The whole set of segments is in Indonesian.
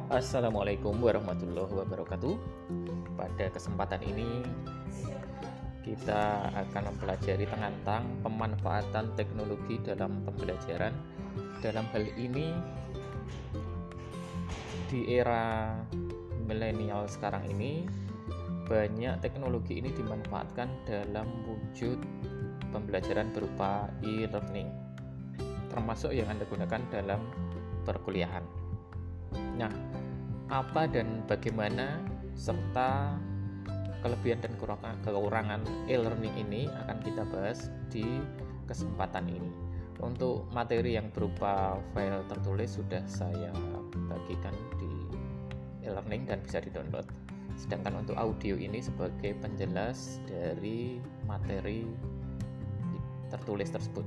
Assalamualaikum warahmatullahi wabarakatuh. Pada kesempatan ini kita akan mempelajari tentang pemanfaatan teknologi dalam pembelajaran. Dalam hal ini di era milenial sekarang ini banyak teknologi ini dimanfaatkan dalam wujud pembelajaran berupa e-learning, termasuk yang Anda gunakan dalam perkuliahan. Nah, apa dan bagaimana serta kelebihan dan kekurangan e-learning ini akan kita bahas di kesempatan ini. Untuk materi yang berupa file tertulis sudah saya bagikan di e-learning dan bisa di-download. Sedangkan untuk audio ini sebagai penjelas dari materi tertulis tersebut.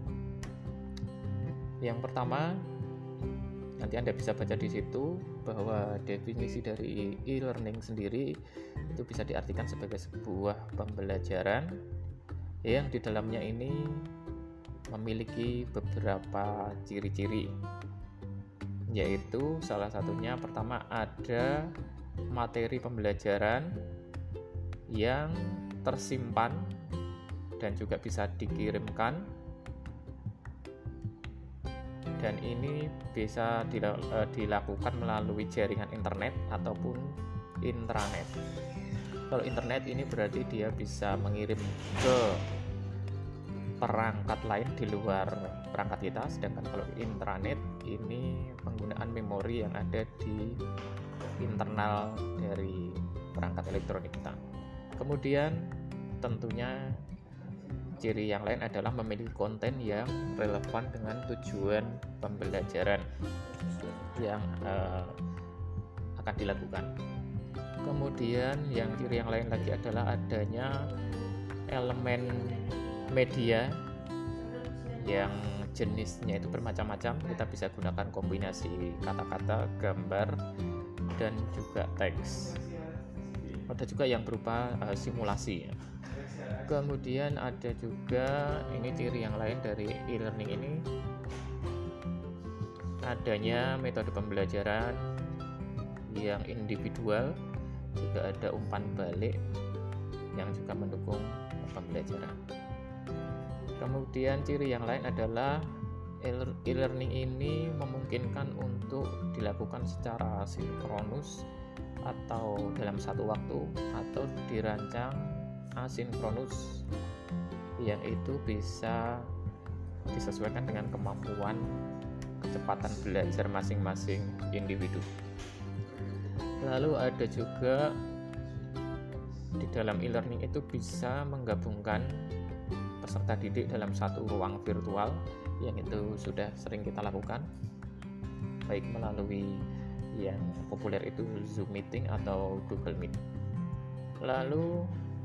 Yang pertama, nanti Anda bisa baca di situ bahwa definisi dari e-learning sendiri itu bisa diartikan sebagai sebuah pembelajaran yang di dalamnya ini memiliki beberapa ciri-ciri, yaitu salah satunya pertama ada materi pembelajaran yang tersimpan dan juga bisa dikirimkan, dan ini bisa dilakukan melalui jaringan internet ataupun intranet. Kalau internet ini berarti dia bisa mengirim ke perangkat lain di luar perangkat kita, sedangkan kalau intranet ini penggunaan memori yang ada di internal dari perangkat elektronik kita. Kemudian tentunya ciri yang lain adalah memiliki konten yang relevan dengan tujuan pembelajaran yang akan dilakukan. Kemudian yang ciri yang lain lagi adalah adanya elemen media yang jenisnya itu bermacam-macam. Kita bisa gunakan kombinasi kata-kata, gambar, dan juga teks. Ada juga yang berupa simulasi. Kemudian ada juga ini ciri yang lain dari e-learning ini, adanya metode pembelajaran yang individual, juga ada umpan balik yang juga mendukung pembelajaran. Kemudian ciri yang lain adalah e-learning ini memungkinkan untuk dilakukan secara sinkronus atau dalam satu waktu, atau dirancang asinkronus, yang itu bisa disesuaikan dengan kemampuan kecepatan belajar masing-masing individu. Lalu ada juga di dalam e-learning itu bisa menggabungkan peserta didik dalam satu ruang virtual, yang itu sudah sering kita lakukan baik melalui yang populer itu Zoom Meeting atau Google Meet. Lalu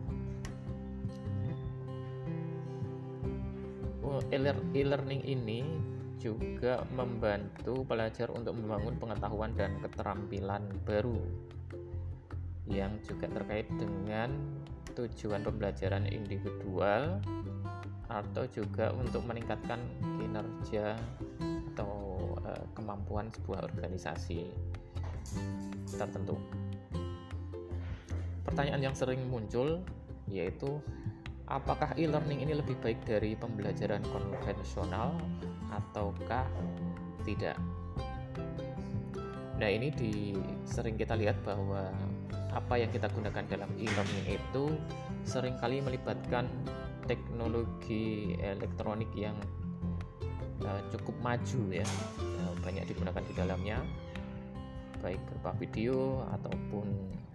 e-learning ini juga membantu pelajar untuk membangun pengetahuan dan keterampilan baru yang juga terkait dengan tujuan pembelajaran individual, atau juga untuk meningkatkan kinerja atau kemampuan sebuah organisasi tertentu. Pertanyaan yang sering muncul yaitu, apakah e-learning ini lebih baik dari pembelajaran konvensional ataukah tidak? Nah, ini sering kita lihat bahwa apa yang kita gunakan dalam e-learning itu seringkali melibatkan teknologi elektronik yang cukup maju ya, banyak digunakan di dalamnya, baik berupa video ataupun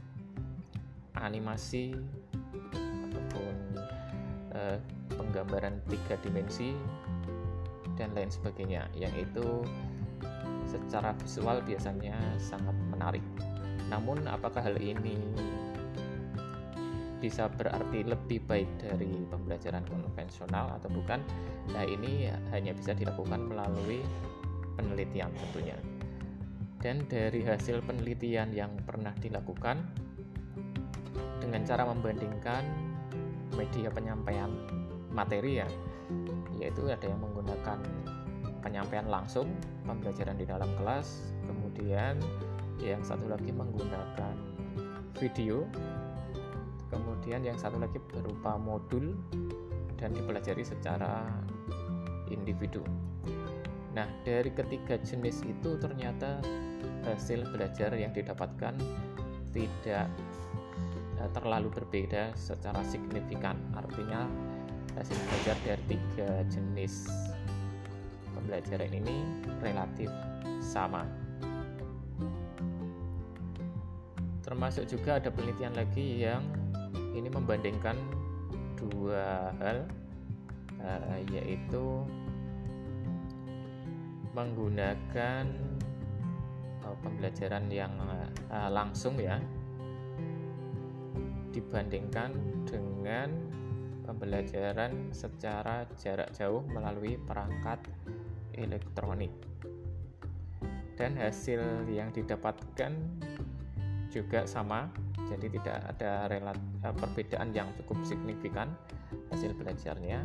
animasi ataupun penggambaran 3 dimensi dan lain sebagainya, yang itu secara visual biasanya sangat menarik. Namun apakah hal ini bisa berarti lebih baik dari pembelajaran konvensional atau bukan? Nah, ini hanya bisa dilakukan melalui penelitian tentunya. Dan dari hasil penelitian yang pernah dilakukan dengan cara membandingkan media penyampaian materi ya, yaitu ada yang menggunakan penyampaian langsung, pembelajaran di dalam kelas, kemudian yang satu lagi menggunakan video, kemudian yang satu lagi berupa modul dan dipelajari secara individu. Nah, dari ketiga jenis itu ternyata hasil belajar yang didapatkan tidak terlalu berbeda secara signifikan. Artinya hasil belajar dari tiga jenis pembelajaran ini relatif sama. Termasuk juga ada penelitian lagi yang ini membandingkan dua hal, yaitu menggunakan pembelajaran yang langsung ya, dibandingkan dengan pembelajaran secara jarak jauh melalui perangkat elektronik. Dan hasil yang didapatkan juga sama, jadi tidak ada perbedaan yang cukup signifikan hasil belajarnya.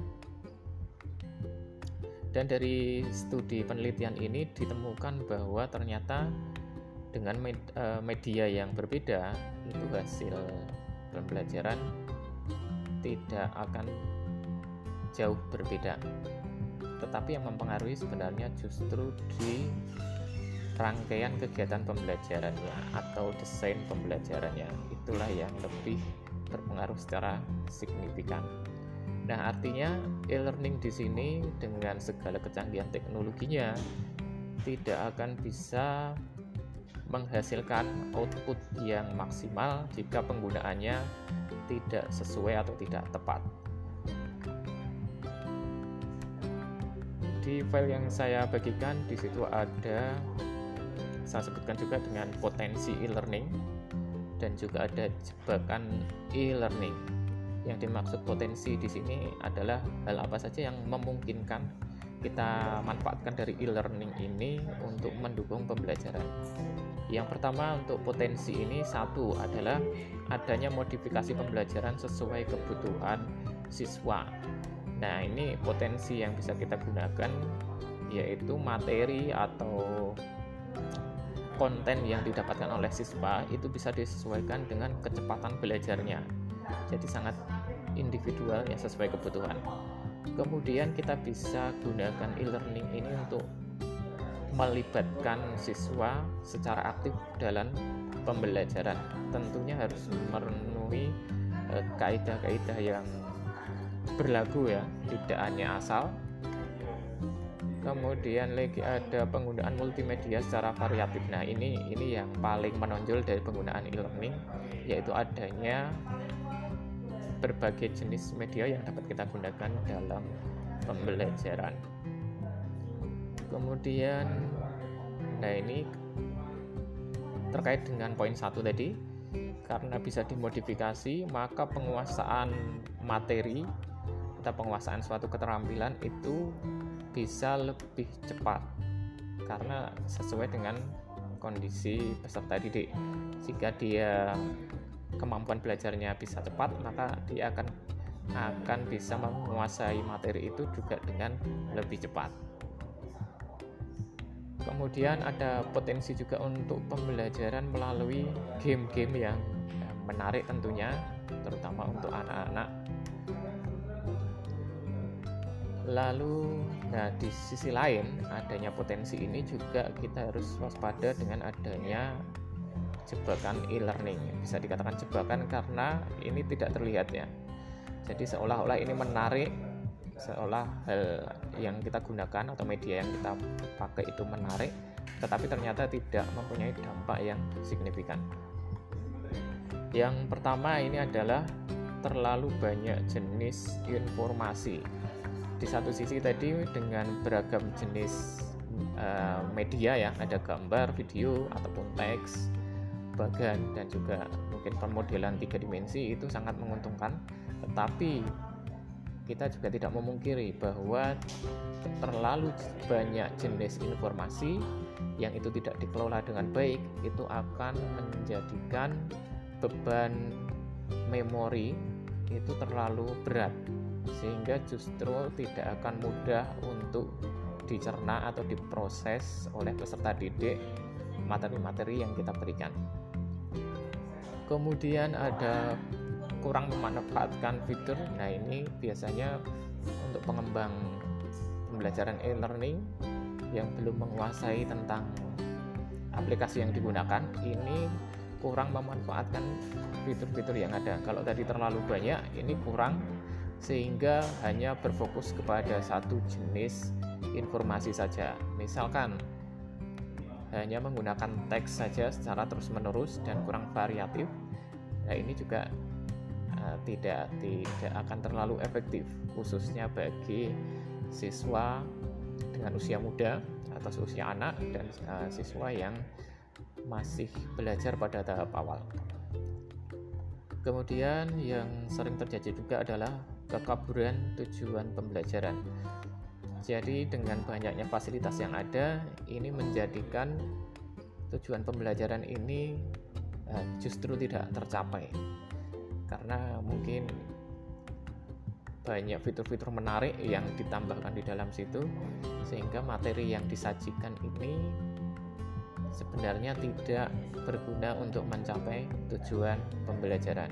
Dan dari studi penelitian ini ditemukan bahwa ternyata dengan media yang berbeda itu hasil pembelajaran tidak akan jauh berbeda, tetapi yang mempengaruhi sebenarnya justru di rangkaian kegiatan pembelajarannya atau desain pembelajarannya, itulah yang lebih berpengaruh secara signifikan. Nah, artinya e-learning di sini dengan segala kecanggihan teknologinya tidak akan bisa menghasilkan output yang maksimal jika penggunaannya tidak sesuai atau tidak tepat. Di file yang saya bagikan di situ ada, saya sebutkan juga dengan potensi e-learning dan juga ada jebakan e-learning. Yang dimaksud potensi di sini adalah hal apa saja yang memungkinkan kita manfaatkan dari e-learning ini untuk mendukung pembelajaran. Yang pertama untuk potensi ini, satu adalah adanya modifikasi pembelajaran sesuai kebutuhan siswa. Nah, ini potensi yang bisa kita gunakan, yaitu materi atau konten yang didapatkan oleh siswa itu bisa disesuaikan dengan kecepatan belajarnya. Jadi sangat individual ya, sesuai kebutuhan. Kemudian kita bisa gunakan e-learning ini untuk melibatkan siswa secara aktif dalam pembelajaran. Tentunya harus memenuhi kaidah-kaidah yang berlaku ya, tidak hanya asal. Kemudian lagi ada penggunaan multimedia secara variatif. Nah, ini yang paling menonjol dari penggunaan e-learning, yaitu adanya berbagai jenis media yang dapat kita gunakan dalam pembelajaran. Kemudian, nah ini terkait dengan poin 1 tadi, karena bisa dimodifikasi, maka penguasaan materi atau penguasaan suatu keterampilan itu bisa lebih cepat karena sesuai dengan kondisi peserta didik. Jika dia kemampuan belajarnya bisa cepat, maka dia akan bisa menguasai materi itu juga dengan lebih cepat. Kemudian ada potensi juga untuk pembelajaran melalui game-game yang menarik tentunya, terutama untuk anak-anak. Lalu, nah di sisi lain adanya potensi ini juga kita harus waspada dengan adanya jebakan e-learning. Bisa dikatakan jebakan karena ini tidak terlihat ya. Jadi seolah-olah ini menarik, seolah hal yang kita gunakan atau media yang kita pakai itu menarik, tetapi ternyata tidak mempunyai dampak yang signifikan. Yang pertama ini adalah terlalu banyak jenis informasi. Di satu sisi tadi dengan beragam jenis media ya, ada gambar, video, ataupun teks, bagan, dan juga mungkin pemodelan 3 dimensi itu sangat menguntungkan. Tetapi kita juga tidak memungkiri bahwa terlalu banyak jenis informasi yang itu tidak dikelola dengan baik itu akan menjadikan beban memori itu terlalu berat, sehingga justru tidak akan mudah untuk dicerna atau diproses oleh peserta didik materi-materi yang kita berikan. Kemudian ada kurang memanfaatkan fitur. Nah, ini biasanya untuk pengembang pembelajaran e-learning yang belum menguasai tentang aplikasi yang digunakan, ini kurang memanfaatkan fitur-fitur yang ada. Kalau tadi terlalu banyak, ini kurang, sehingga hanya berfokus kepada satu jenis informasi saja. Misalkan hanya menggunakan teks saja secara terus-menerus dan kurang variatif. Nah, ini juga tidak akan terlalu efektif, khususnya bagi siswa dengan usia muda atau usia anak dan siswa yang masih belajar pada tahap awal. Kemudian yang sering terjadi juga adalah kekaburan tujuan pembelajaran. Jadi dengan banyaknya fasilitas yang ada, ini menjadikan tujuan pembelajaran ini justru tidak tercapai, karena mungkin banyak fitur-fitur menarik yang ditambahkan di dalam situ, sehingga materi yang disajikan ini sebenarnya tidak berguna untuk mencapai tujuan pembelajaran.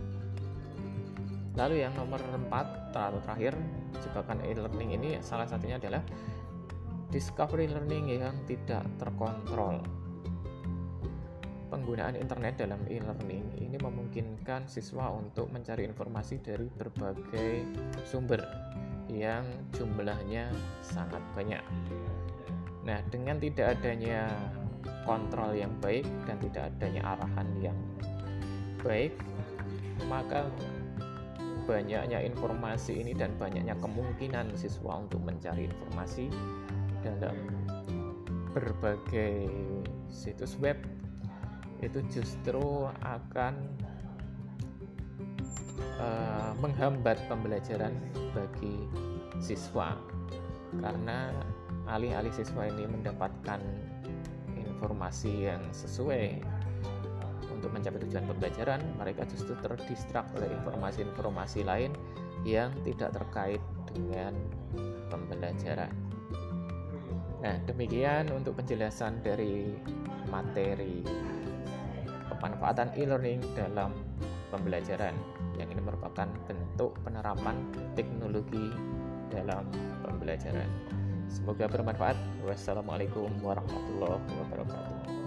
Lalu yang nomor 4 atau terakhir, jebakan e-learning ini salah satunya adalah discovery learning yang tidak terkontrol. Penggunaan internet dalam e-learning ini memungkinkan siswa untuk mencari informasi dari berbagai sumber yang jumlahnya sangat banyak. Nah, dengan tidak adanya kontrol yang baik dan tidak adanya arahan yang baik, maka banyaknya informasi ini dan banyaknya kemungkinan siswa untuk mencari informasi dalam berbagai situs web itu justru akan menghambat pembelajaran bagi siswa, karena alih-alih siswa ini mendapatkan informasi yang sesuai untuk mencapai tujuan pembelajaran, mereka justru terdistrak oleh informasi-informasi lain yang tidak terkait dengan pembelajaran. Nah, demikian untuk penjelasan dari materi pemanfaatan e-learning dalam pembelajaran, yang ini merupakan bentuk penerapan teknologi dalam pembelajaran. Semoga bermanfaat. Wassalamualaikum warahmatullahi wabarakatuh.